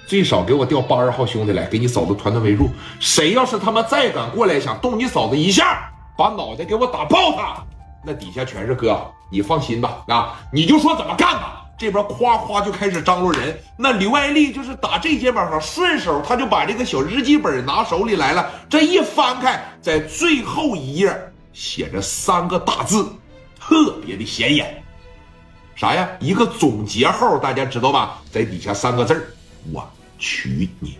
最少给我调82号兄弟来，给你嫂子团团围住。谁要是他妈再敢过来想动你嫂子一下，把脑袋给我打爆他，那底下全是哥，你放心吧啊！你就说怎么干吧。这边夸夸就开始张罗人，那刘爱丽就是打这肩膀上，顺手他就把这个小日记本拿手里来了。这一翻开，在最后一页写着3个大字，特别的显眼。啥呀？一个总结号，大家知道吧？在底下3个字：我娶你。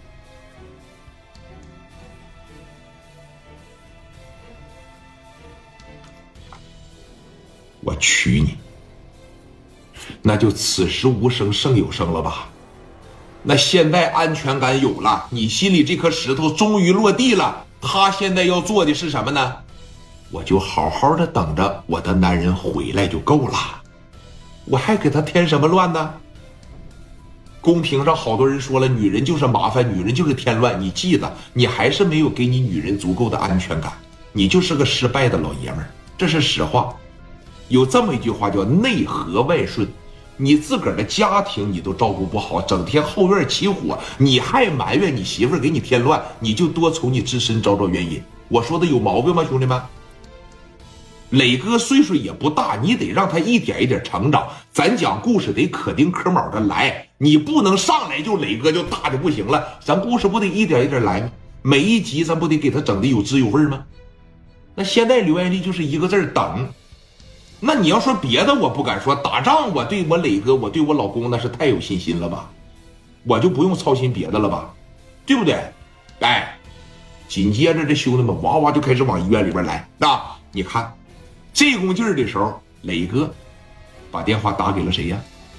我娶你。那就此时无声胜有声了吧？那现在安全感有了，你心里这颗石头终于落地了。他现在要做的是什么呢？我就好好的等着我的男人回来就够了，我还给他添什么乱呢？公屏上好多人说了，女人就是麻烦，女人就是添乱。你记得，你还是没有给你女人足够的安全感，你就是个失败的老爷们儿，这是实话。有这么一句话叫内和外顺，你自个儿的家庭你都照顾不好，整天后院起火，你还埋怨你媳妇儿给你添乱，你就多从你自身找找原因。我说的有毛病吗，兄弟们？磊哥岁数也不大，你得让他一点一点成长。咱讲故事得可丁可卯的来，你不能上来就磊哥就大的不行了。咱故事不得一点一点来吗？每一集咱不得给他整的有滋有味吗？那现在刘爱丽就是一个字等。那你要说别的我不敢说，打仗我对我磊哥，我对我老公那是太有信心了吧，我就不用操心别的了吧，对不对？哎，紧接着这兄弟们哇哇就开始往医院里边来啊！你看这功劲儿的时候，磊哥把电话打给了谁呀？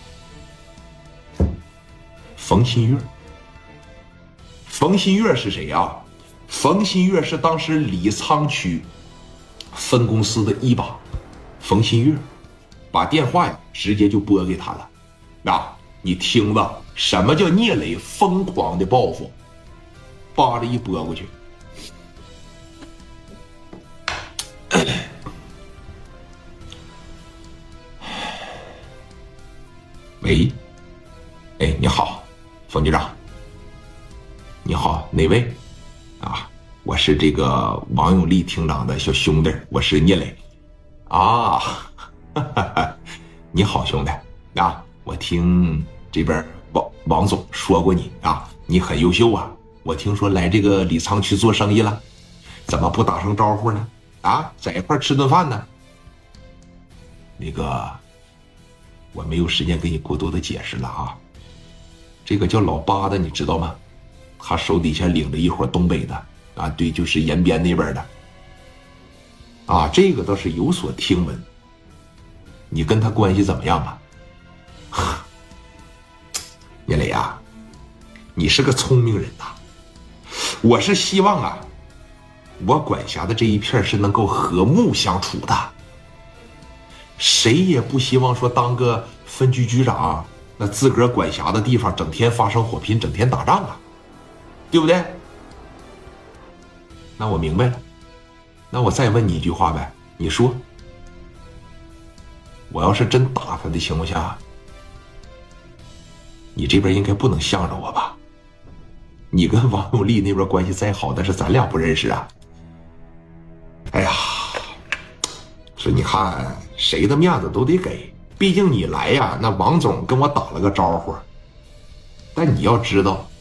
冯新月。冯新月是谁啊？冯新月是当时李沧区分公司的一把。冯新月把电话呀直接就拨给他了，啊，你听吧，什么叫聂磊疯狂的报复？扒着一拨过去，喂，哎，你好，冯局长。你好，哪位？啊，我是这个王永利厅长的小兄弟，我是聂磊。啊，哈哈，你好，兄弟啊！我听这边王总说过你啊，你很优秀啊。我听说来这个李沧区做生意了，怎么不打声招呼呢？啊，在一块吃顿饭呢？那个，我没有时间给你过多的解释了啊。这个叫老八的，你知道吗？他手底下领着一伙东北的啊，对，就是延边那边的。啊，这个倒是有所听闻。你跟他关系怎么样啊？聂磊啊，你是个聪明人呐。我是希望啊，我管辖的这一片是能够和睦相处的。谁也不希望说当个分局局长，那自个儿管辖的地方整天发生火拼，整天打仗啊，对不对？那我明白了。那我再问你一句话呗，你说，我要是真打他的情况下，你这边应该不能向着我吧？你跟王永利那边关系再好，但是咱俩不认识啊。哎呀，说你看谁的面子都得给，毕竟你来呀，那王总跟我打了个招呼，但你要知道，